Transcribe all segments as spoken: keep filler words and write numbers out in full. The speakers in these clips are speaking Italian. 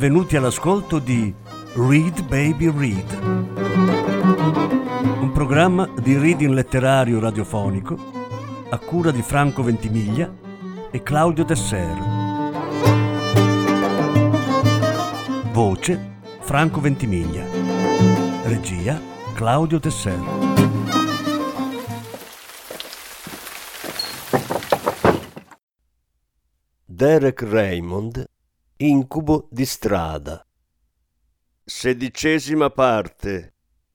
benvenuti all'ascolto di Read Baby Read, un programma di reading letterario radiofonico a cura di Franco Ventimiglia e Claudio Desser. Voce Franco Ventimiglia. Regia Claudio Desser. Derek Raymond, Incubo di strada. Sedicesima parte.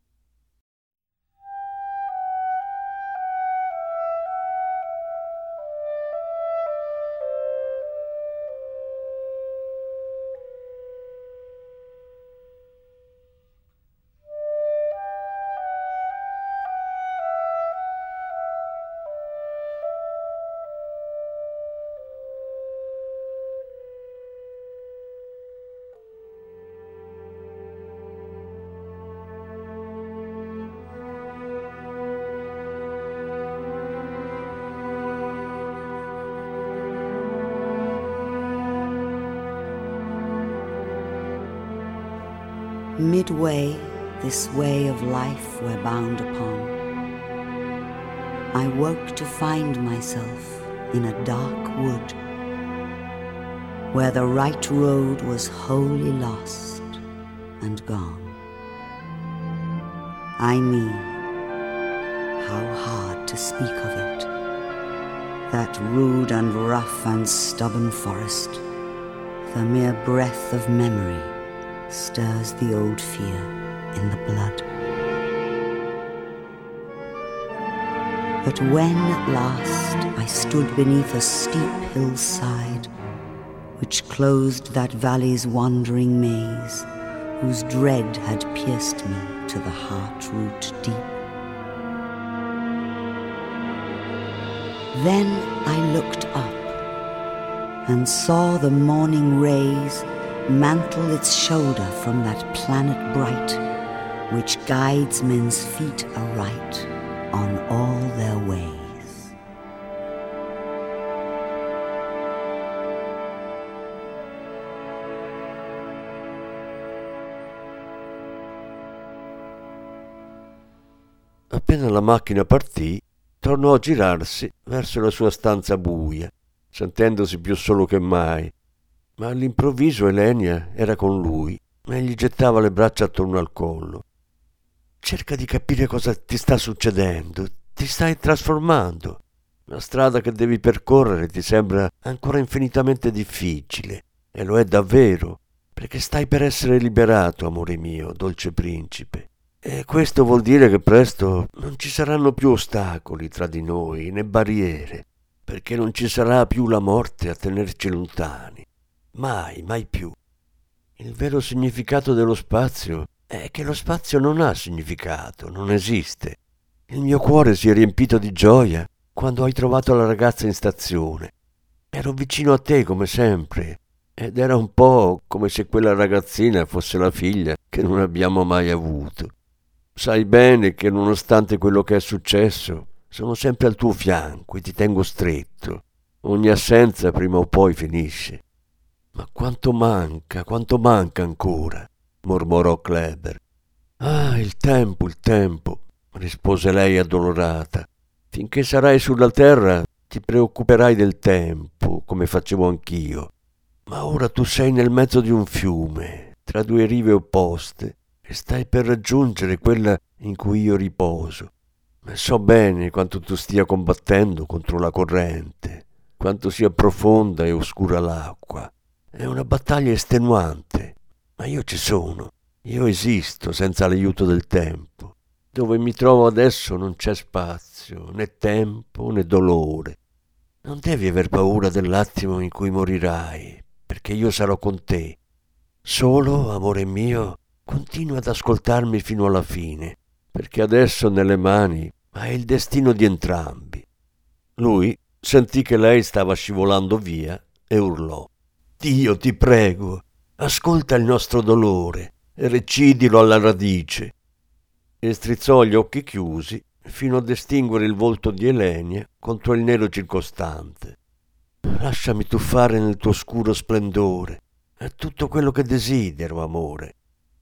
Midway, this way of life we're bound upon, I woke to find myself in a dark wood, where the right road was wholly lost and gone. I mean, how hard to speak of it, that rude and rough and stubborn forest, the mere breath of memory stirs the old fear in the blood. But when at last I stood beneath a steep hillside which closed that valley's wandering maze, whose dread had pierced me to the heart-root deep, then I looked up and saw the morning rays mantle its shoulder from that planet bright which guides men's feet aright on all their ways. Appena la macchina partì, tornò a girarsi verso la sua stanza buia, sentendosi più solo che mai. Ma all'improvviso Elenia era con lui e gli gettava le braccia attorno al collo. Cerca di capire cosa ti sta succedendo, ti stai trasformando. La strada che devi percorrere ti sembra ancora infinitamente difficile, e lo è davvero, perché stai per essere liberato, amore mio, dolce principe. E questo vuol dire che presto non ci saranno più ostacoli tra di noi, né barriere, perché non ci sarà più la morte a tenerci lontani. Mai, mai più. Il vero significato dello spazio è che lo spazio non ha significato, non esiste. Il mio cuore si è riempito di gioia quando hai trovato la ragazza in stazione. Ero vicino a te come sempre ed era un po' come se quella ragazzina fosse la figlia che non abbiamo mai avuto. Sai bene che nonostante quello che è successo sono sempre al tuo fianco e ti tengo stretto. Ogni assenza prima o poi finisce. «Ma quanto manca, quanto manca ancora», mormorò Kleber. «Ah, il tempo, il tempo», rispose lei addolorata. «Finché sarai sulla terra ti preoccuperai del tempo, come facevo anch'io. Ma ora tu sei nel mezzo di un fiume, tra due rive opposte, e stai per raggiungere quella in cui io riposo. E so bene quanto tu stia combattendo contro la corrente, quanto sia profonda e oscura l'acqua. È una battaglia estenuante, ma io ci sono, io esisto senza l'aiuto del tempo. Dove mi trovo adesso non c'è spazio, né tempo né dolore. Non devi aver paura dell'attimo in cui morirai, perché io sarò con te. Solo, amore mio, continua ad ascoltarmi fino alla fine, perché adesso nelle mani hai il destino di entrambi». Lui sentì che lei stava scivolando via e urlò: «Dio, ti prego, ascolta il nostro dolore e recidilo alla radice». E strizzò gli occhi chiusi fino a distinguere il volto di Elenia contro il nero circostante. «Lasciami tuffare nel tuo scuro splendore, È tutto quello che desidero, amore.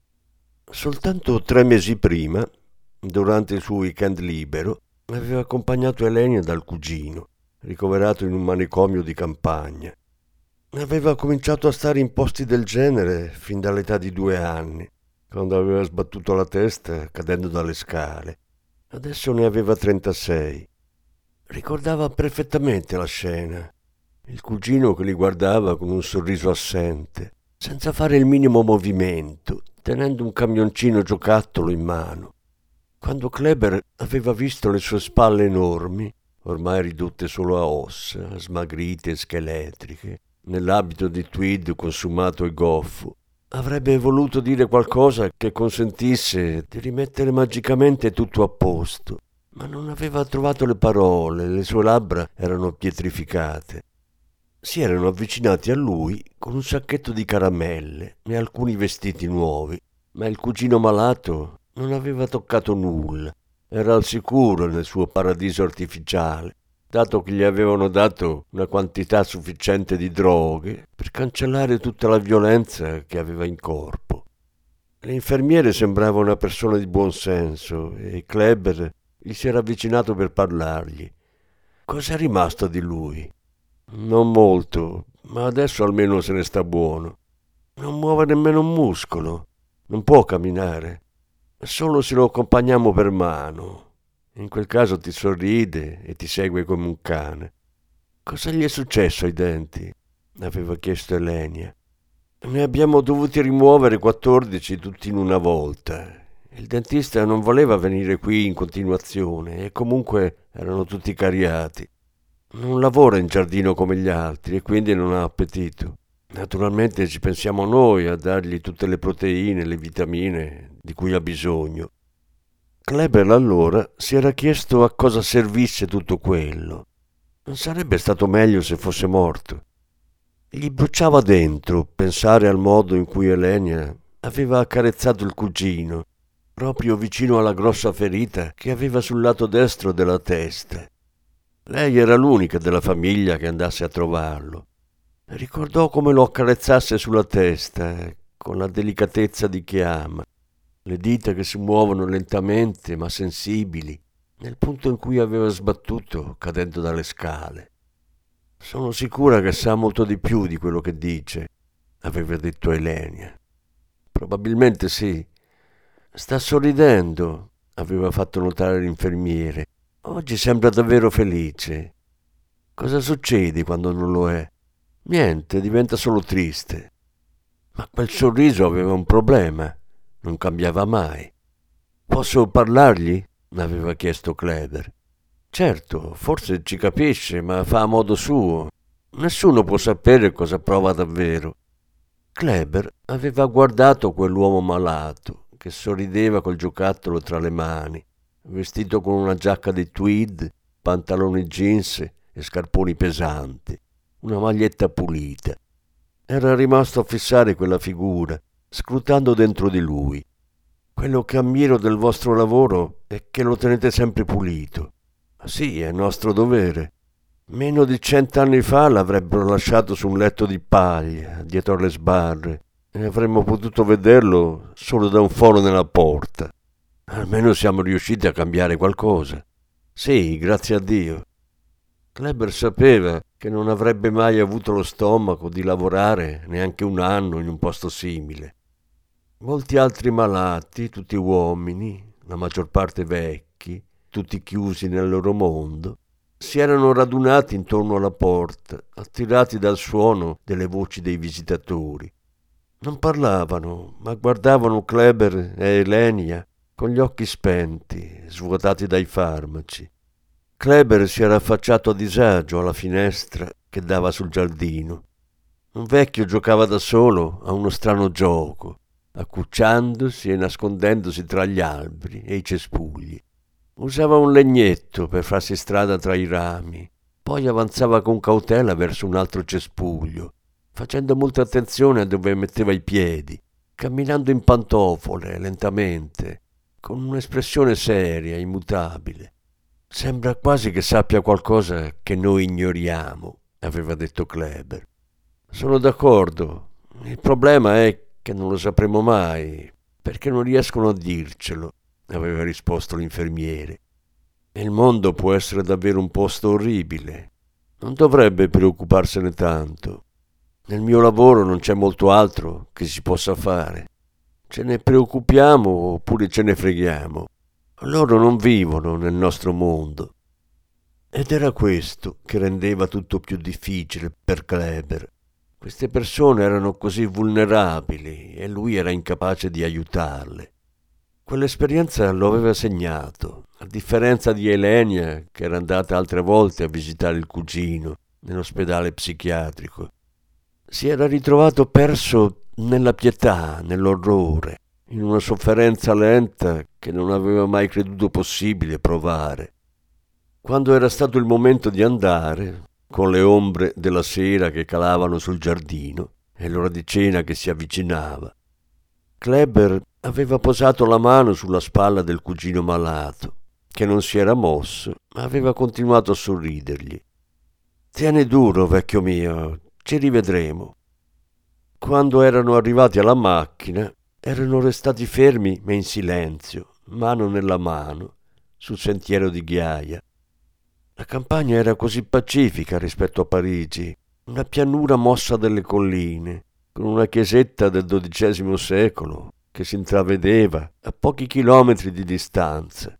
Soltanto tre mesi prima, durante il suo weekend libero, aveva accompagnato Elenia dal cugino, ricoverato in un manicomio di campagna. Aveva cominciato a stare in posti del genere fin dall'età di due anni, quando aveva sbattuto la testa cadendo dalle scale. Adesso ne aveva trentasei. Ricordava perfettamente la scena. Il cugino che li guardava con un sorriso assente, senza fare il minimo movimento, tenendo un camioncino giocattolo in mano. Quando Kleber aveva visto le sue spalle enormi, ormai ridotte solo a ossa, smagrite e scheletriche, nell'abito di tweed consumato e goffo, avrebbe voluto dire qualcosa che consentisse di rimettere magicamente tutto a posto, ma non aveva trovato le parole, le sue labbra erano pietrificate. Si erano avvicinati a lui con un sacchetto di caramelle e alcuni vestiti nuovi, ma il cugino malato non aveva toccato nulla, era al sicuro nel suo paradiso artificiale, dato che gli avevano dato una quantità sufficiente di droghe per cancellare tutta la violenza che aveva in corpo. L'infermiere sembrava una persona di buon senso e Kleber gli si era avvicinato per parlargli. Cos'è rimasto di lui? Non molto, ma adesso almeno se ne sta buono. Non muove nemmeno un muscolo, non può camminare. Solo se lo accompagniamo per mano. In quel caso ti sorride e ti segue come un cane. Cosa gli è successo ai denti? Aveva chiesto Elenia. Ne abbiamo dovuti rimuovere quattordici tutti in una volta. Il dentista non voleva venire qui in continuazione e comunque erano tutti cariati. Non lavora in giardino come gli altri e quindi non ha appetito. Naturalmente ci pensiamo noi a dargli tutte le proteine, le vitamine di cui ha bisogno. Kleber allora si era chiesto a cosa servisse tutto quello. Non sarebbe stato meglio se fosse morto? Gli bruciava dentro pensare al modo in cui Elenia aveva accarezzato il cugino, proprio vicino alla grossa ferita che aveva sul lato destro della testa. Lei era l'unica della famiglia che andasse a trovarlo. Ricordò come lo accarezzasse sulla testa, con la delicatezza di chi ama, le dita che si muovono lentamente ma sensibili, nel punto in cui aveva sbattuto cadendo dalle scale. Sono sicura che sa molto di più di quello che dice, aveva detto Elenia. Probabilmente sì. Sta sorridendo, aveva fatto notare l'infermiere. Oggi sembra davvero felice. Cosa succede quando non lo è? Niente, diventa solo triste. Ma quel sorriso aveva un problema, non cambiava mai. Posso parlargli? Aveva chiesto Kleber. Certo, forse ci capisce, ma fa a modo suo. Nessuno può sapere cosa prova davvero. Kleber aveva guardato quell'uomo malato, che sorrideva col giocattolo tra le mani, vestito con una giacca di tweed, pantaloni jeans e scarponi pesanti, una maglietta pulita. Era rimasto a fissare quella figura, scrutando dentro di lui. Quello che ammiro del vostro lavoro è che lo tenete sempre pulito. Sì, è nostro dovere. Meno di cent'anni fa l'avrebbero lasciato su un letto di paglia, dietro alle sbarre, e avremmo potuto vederlo solo da un foro nella porta. Almeno siamo riusciti a cambiare qualcosa. Sì, grazie a Dio. Kleber sapeva che non avrebbe mai avuto lo stomaco di lavorare neanche un anno in un posto simile. Molti altri malati, tutti uomini, la maggior parte vecchi, tutti chiusi nel loro mondo, si erano radunati intorno alla porta, attirati dal suono delle voci dei visitatori. Non parlavano, ma guardavano Kleber e Elenia con gli occhi spenti, svuotati dai farmaci. Kleber si era affacciato a disagio alla finestra che dava sul giardino. Un vecchio giocava da solo a uno strano gioco, accucciandosi e nascondendosi tra gli alberi e i cespugli. Usava un legnetto per farsi strada tra i rami, poi avanzava con cautela verso un altro cespuglio, facendo molta attenzione a dove metteva i piedi, camminando in pantofole, lentamente, con un'espressione seria, immutabile. Sembra quasi che sappia qualcosa che noi ignoriamo, aveva detto Kleber. Sono d'accordo, Il problema è che non lo sapremo mai, perché non riescono a dircelo, aveva risposto l'infermiere. Il mondo può essere davvero un posto orribile. Non dovrebbe preoccuparsene tanto. Nel mio lavoro non c'è molto altro che si possa fare. Ce ne preoccupiamo oppure ce ne freghiamo. Loro non vivono nel nostro mondo. Ed era questo che rendeva tutto più difficile per Kleber. Queste persone erano così vulnerabili e lui era incapace di aiutarle. Quell'esperienza lo aveva segnato, a differenza di Elenia, che era andata altre volte a visitare il cugino nell'ospedale psichiatrico. Si era ritrovato perso nella pietà, nell'orrore, in una sofferenza lenta che non aveva mai creduto possibile provare. Quando era stato il momento di andare, con le ombre della sera che calavano sul giardino e l'ora di cena che si avvicinava, Kleber aveva posato la mano sulla spalla del cugino malato, che non si era mosso, ma aveva continuato a sorridergli. «Tieni duro, vecchio mio, ci rivedremo». Quando erano arrivati alla macchina, erano restati fermi ma in silenzio, mano nella mano, sul sentiero di ghiaia. La campagna era così pacifica rispetto a Parigi, una pianura mossa dalle colline, con una chiesetta del dodicesimo secolo che si intravedeva a pochi chilometri di distanza.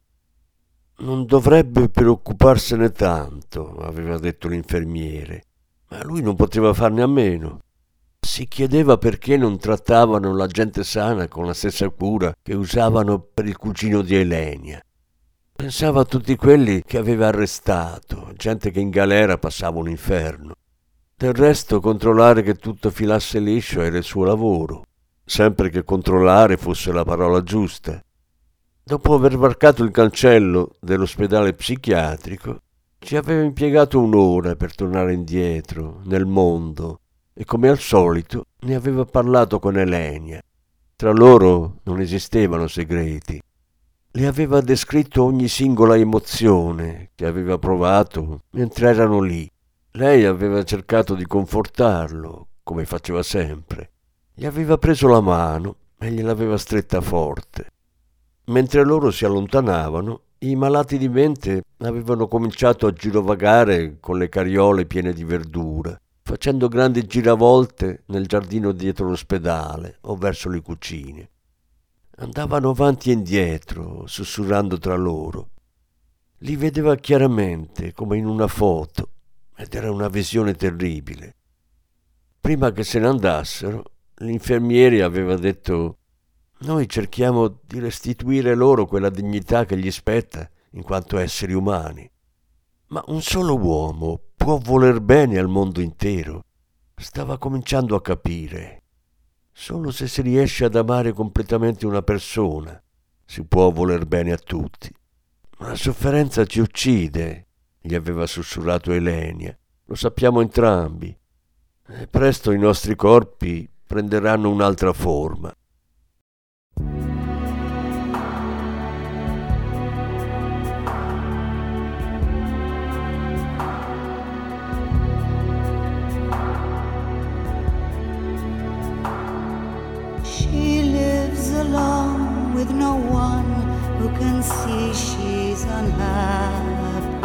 «Non dovrebbe preoccuparsene tanto», aveva detto l'infermiere, ma lui non poteva farne a meno. Si chiedeva perché non trattavano la gente sana con la stessa cura che usavano per il cugino di Elenia. Pensava a tutti quelli che aveva arrestato, gente che in galera passava un inferno. Del resto, controllare che tutto filasse liscio era il suo lavoro, sempre che controllare fosse la parola giusta. Dopo aver varcato il cancello dell'ospedale psichiatrico, ci aveva impiegato un'ora per tornare indietro, nel mondo, e come al solito ne aveva parlato con Elenia. Tra loro non esistevano segreti. Le aveva descritto ogni singola emozione che aveva provato mentre erano lì. Lei aveva cercato di confortarlo, come faceva sempre. Gli aveva preso la mano e gliel'aveva stretta forte. Mentre loro si allontanavano, i malati di mente avevano cominciato a girovagare con le carriole piene di verdura, facendo grandi giravolte nel giardino dietro l'ospedale o verso le cucine. Andavano avanti e indietro, sussurrando tra loro. Li vedeva chiaramente, come in una foto, ed era una visione terribile. Prima che se ne andassero, l'infermiere aveva detto: «Noi cerchiamo di restituire loro quella dignità che gli spetta in quanto esseri umani. Ma un solo uomo può voler bene al mondo intero». Stava cominciando a capire. Solo se si riesce ad amare completamente una persona si può voler bene a tutti. «Ma la sofferenza ci uccide», gli aveva sussurrato Elenia. «Lo sappiamo entrambi. E presto i nostri corpi prenderanno un'altra forma». She lives alone with no one who can see she's unhappy.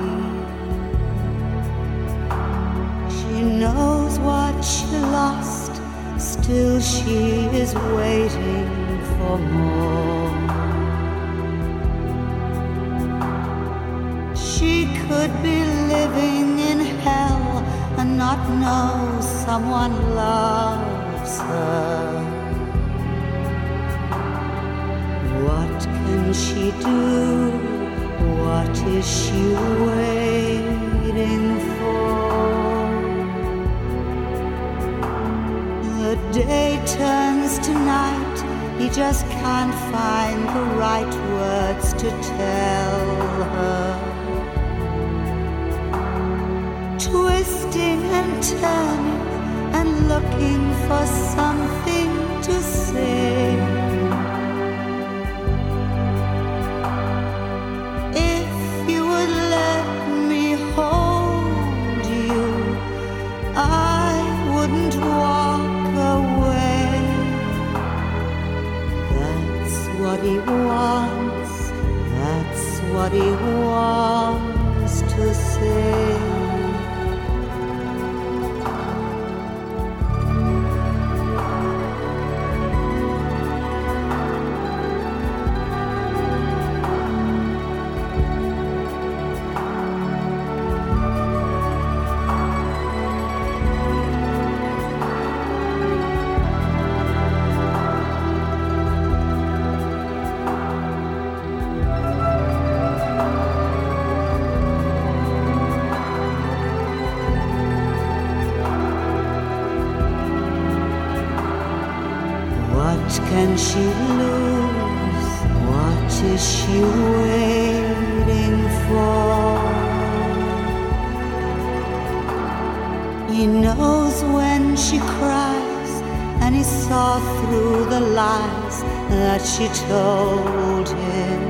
She knows what she lost, still she is waiting for more. She could be living in hell and not know someone loves her. What can she do? What is she waiting for? The day turns to night. He just can't find the right words to tell her. Twisting and turning and looking for something to say. I wouldn't walk away. what he wants, that's what he wants to say. What can she lose? What is she waiting for? He knows when she cries, and he saw through the lies that she told him.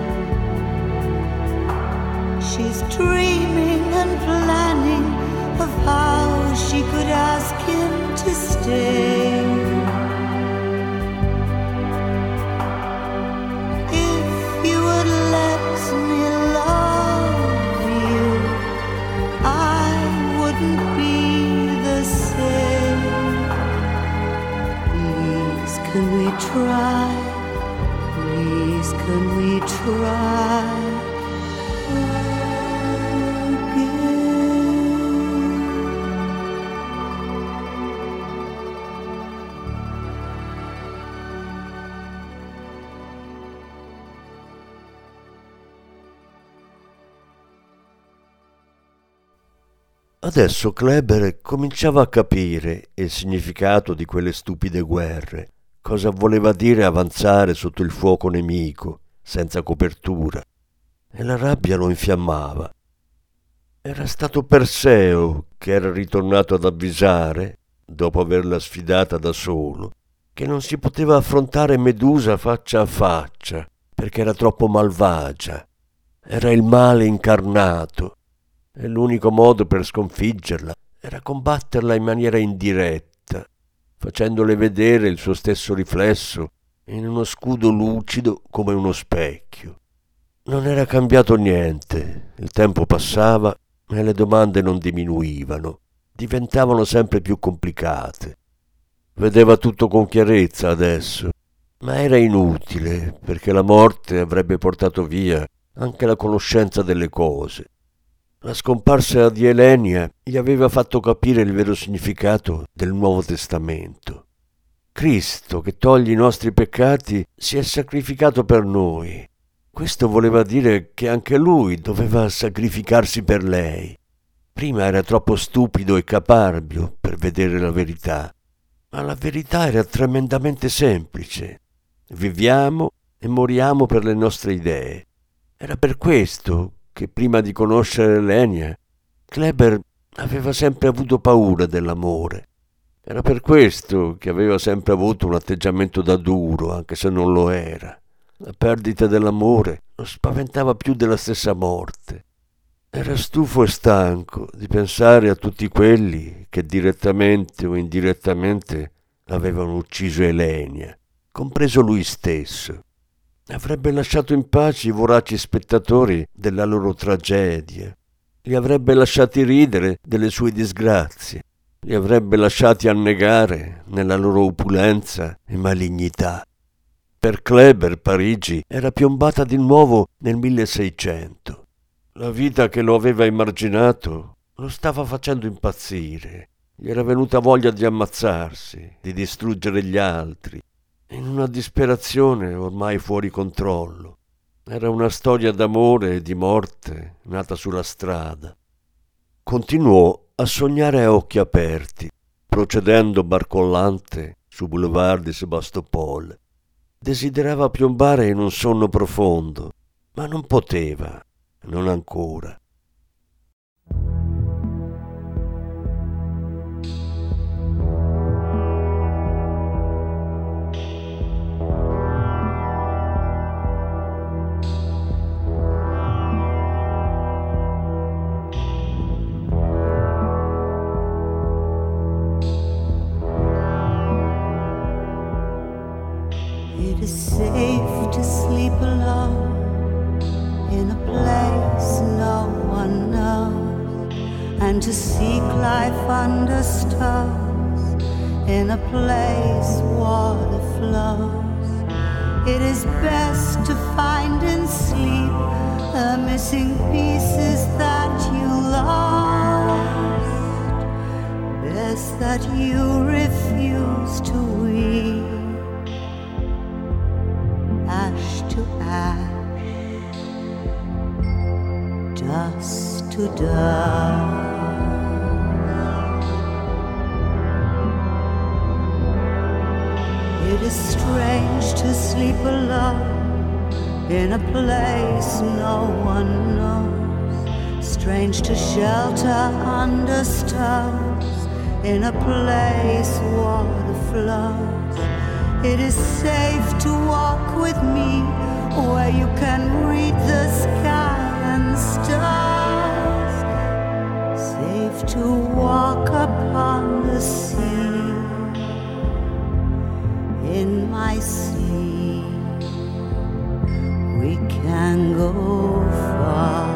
She's dreaming and planning of how she could ask him to stay. Can we try? Please, can we try Adesso Kleber cominciava a capire il significato di quelle stupide guerre. Cosa voleva dire avanzare sotto il fuoco nemico, senza copertura, e la rabbia lo infiammava. Era stato Perseo che era ritornato ad avvisare, dopo averla sfidata da solo, che non si poteva affrontare Medusa faccia a faccia, perché era troppo malvagia. Era il male incarnato, e l'unico modo per sconfiggerla era combatterla in maniera indiretta, facendole vedere il suo stesso riflesso in uno scudo lucido come uno specchio. Non era cambiato niente, il tempo passava e le domande non diminuivano, diventavano sempre più complicate. Vedeva tutto con chiarezza adesso, ma era inutile, perché la morte avrebbe portato via anche la conoscenza delle cose. La scomparsa di Elenia gli aveva fatto capire il vero significato del Nuovo Testamento. Cristo, che toglie i nostri peccati, si è sacrificato per noi. Questo voleva dire che anche lui doveva sacrificarsi per lei. Prima era troppo stupido e caparbio per vedere la verità, ma la verità era tremendamente semplice. Viviamo e moriamo per le nostre idee. Era per questo che prima di conoscere Elenia, Kleber aveva sempre avuto paura dell'amore. Era per questo che aveva sempre avuto un atteggiamento da duro, anche se non lo era. La perdita dell'amore lo spaventava più della stessa morte. Era stufo e stanco di pensare a tutti quelli che direttamente o indirettamente avevano ucciso Elenia, compreso lui stesso. Avrebbe lasciato in pace i voraci spettatori della loro tragedia, li avrebbe lasciati ridere delle sue disgrazie, li avrebbe lasciati annegare nella loro opulenza e malignità. Per Kleber Parigi era piombata di nuovo nel milleseicento. La vita che lo aveva emarginato lo stava facendo impazzire. Gli era venuta voglia di ammazzarsi, di distruggere gli altri, in una disperazione ormai fuori controllo. Era una storia d'amore e di morte nata sulla strada. Continuò a sognare a occhi aperti, procedendo barcollante su Boulevard di Sébastopol. Desiderava piombare in un sonno profondo, ma non poteva, non ancora. It is safe to sleep sleep alone in a place no one knows, and to seek life under stars in a place water flows. It is best to find in sleep the missing pieces that you lost, best that you refuse to weep. Ash to ash, dust to dust. It is strange to sleep alone in a place no one knows, strange to shelter under stars in a place water flows. It is safe to walk with me where you can read the sky and stars, safe to walk upon the sea. In my sleep we can go far.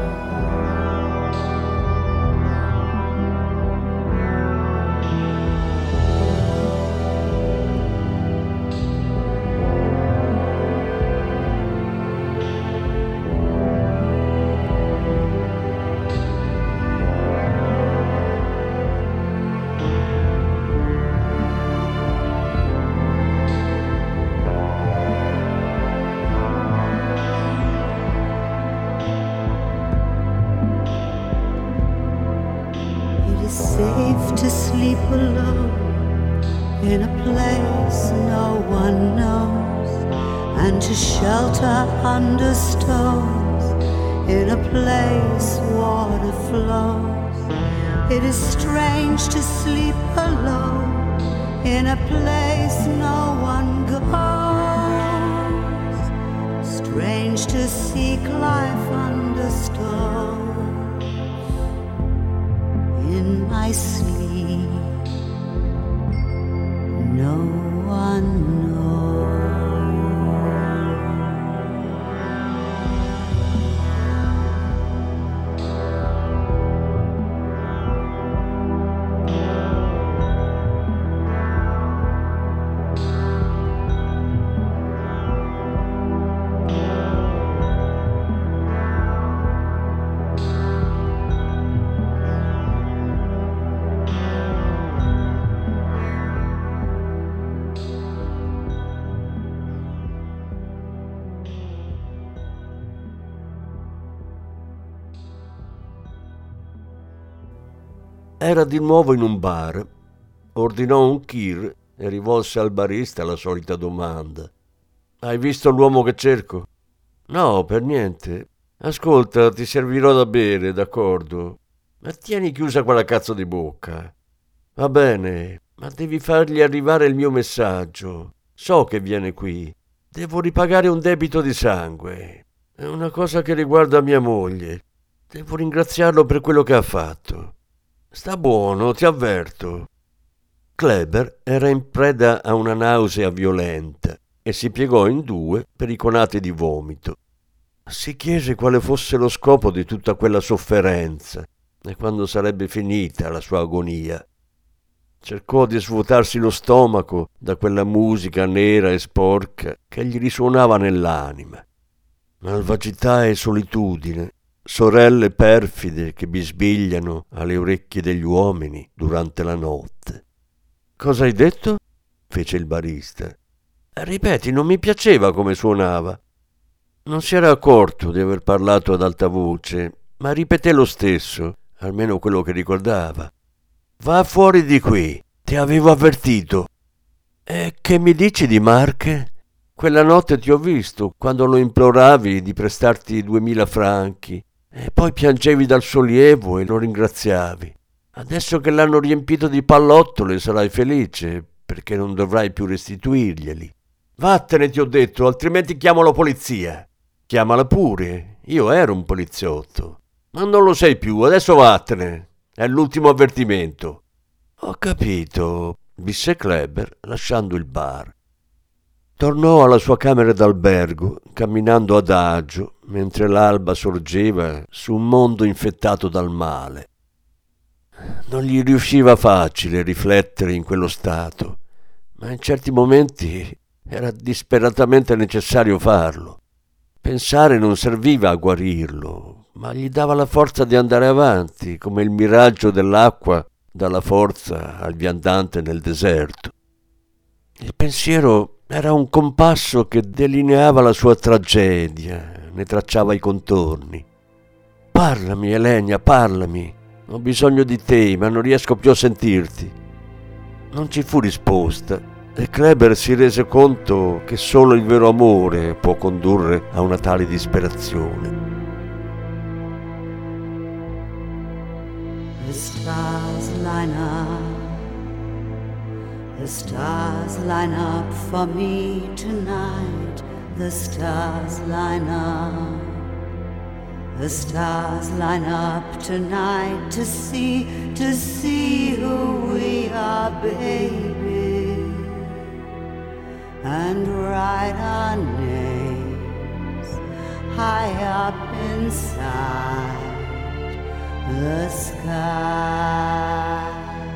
Safe to sleep alone in a place no one knows, and to shelter under stones in a place water flows. It is strange to sleep alone in a place no one goes, strange to seek life under stone. In my sleep, no one knows. Era di nuovo in un bar, ordinò un kir e rivolse al barista la solita domanda. «Hai visto l'uomo che cerco?» «No, per niente. Ascolta, ti servirò da bere, d'accordo? Ma tieni chiusa quella cazzo di bocca. Va bene, ma devi fargli arrivare il mio messaggio. So che viene qui. Devo ripagare un debito di sangue. È una cosa che riguarda mia moglie. Devo ringraziarlo per quello che ha fatto. Sta buono, ti avverto». Kleber era in preda a una nausea violenta e si piegò in due per i conati di vomito. Si chiese quale fosse lo scopo di tutta quella sofferenza e quando sarebbe finita la sua agonia. Cercò di svuotarsi lo stomaco da quella musica nera e sporca che gli risuonava nell'anima. Malvagità e solitudine, sorelle perfide che bisbigliano alle orecchie degli uomini durante la notte. «Cosa hai detto?» fece il barista. «Ripeti, non mi piaceva come suonava». Non si era accorto di aver parlato ad alta voce, ma ripeté lo stesso, almeno quello che ricordava. «Va fuori di qui, ti avevo avvertito». «E che mi dici di Mark? Quella notte ti ho visto quando lo imploravi di prestarti duemila franchi. E poi piangevi dal sollievo e lo ringraziavi. Adesso che l'hanno riempito di pallottole sarai felice, perché non dovrai più restituirglieli. Vattene, ti ho detto, altrimenti chiamo la polizia». «Chiamala pure, io ero un poliziotto». «Ma non lo sei più, adesso vattene, è l'ultimo avvertimento». «Ho capito», disse Kleber lasciando il bar. Tornò alla sua camera d'albergo, camminando adagio, mentre l'alba sorgeva su un mondo infettato dal male. Non gli riusciva facile riflettere in quello stato, ma in certi momenti era disperatamente necessario farlo. Pensare non serviva a guarirlo, ma gli dava la forza di andare avanti, come il miraggio dell'acqua dà la forza al viandante nel deserto. Il pensiero era un compasso che delineava la sua tragedia, ne tracciava i contorni. «Parlami, Elenia, parlami. Ho bisogno di te, ma non riesco più a sentirti». Non ci fu risposta e Kleber si rese conto che solo il vero amore può condurre a una tale disperazione. The stars line up, the stars line up for me tonight. The stars line up, the stars line up tonight to see, to see who we are, baby, and write our names high up inside the sky.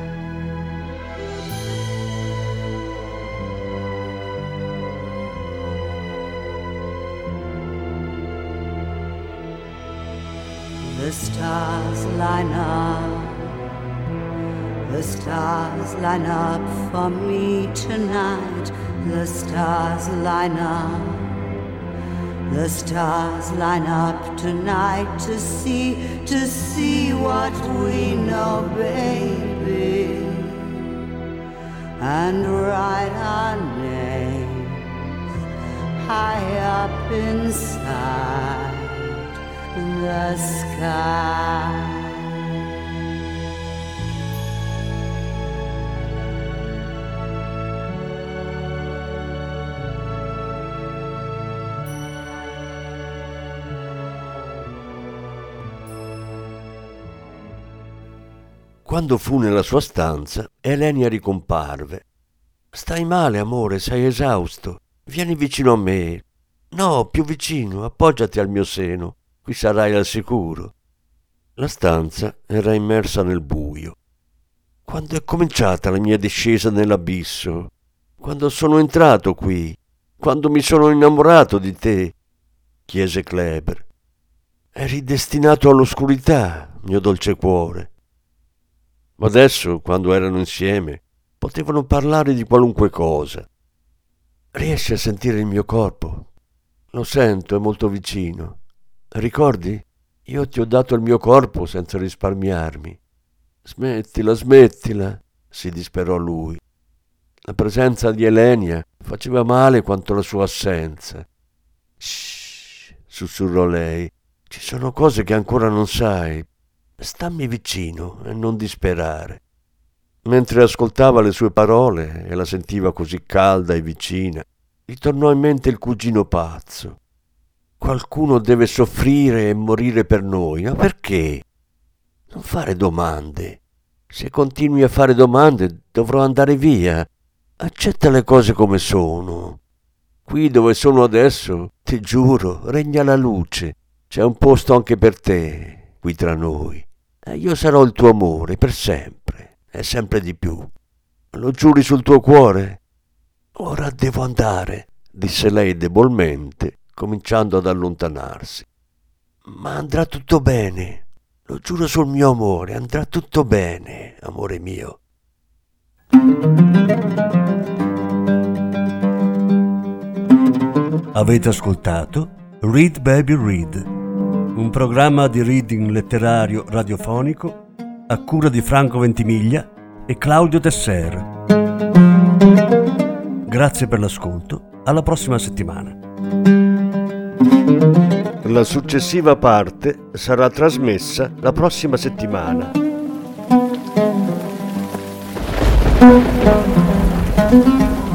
The stars line up, the stars line up for me tonight. The stars line up, the stars line up tonight to see, to see what we know, baby, and write our names high up inside the sky. Quando fu nella sua stanza, Elenia ricomparve. «Stai male, amore, sei esausto. Vieni vicino a me. No, più vicino, appoggiati al mio seno. Qui sarai al sicuro». La stanza era immersa nel buio. «Quando è cominciata la mia discesa nell'abisso? Quando sono entrato qui? Quando mi sono innamorato di te?» chiese Kleber. «Eri destinato all'oscurità, mio dolce cuore». Ma adesso, quando erano insieme, potevano parlare di qualunque cosa. «Riesci a sentire il mio corpo?» «Lo sento, è molto vicino. Ricordi? Io ti ho dato il mio corpo senza risparmiarmi». «Smettila, smettila», si disperò lui. La presenza di Elenia faceva male quanto la sua assenza. «Shh», sussurrò lei, «ci sono cose che ancora non sai. Stammi vicino e non disperare». Mentre ascoltava le sue parole e la sentiva così calda e vicina, gli tornò in mente il cugino pazzo. «Qualcuno deve soffrire e morire per noi, ma perché? Non fare domande. Se continui a fare domande dovrò andare via. Accetta le cose come sono. Qui dove sono adesso, ti giuro, regna la luce. C'è un posto anche per te, qui tra noi. E io sarò il tuo amore per sempre e sempre di più. Lo giuri sul tuo cuore?» «Ora devo andare», disse lei debolmente, cominciando ad allontanarsi. «Ma andrà tutto bene. Lo giuro sul mio amore, andrà tutto bene, amore mio». Avete ascoltato Read Baby Read, un programma di reading letterario radiofonico a cura di Franco Ventimiglia e Claudio Tesser. Grazie per l'ascolto, alla prossima settimana. La successiva parte sarà trasmessa la prossima settimana.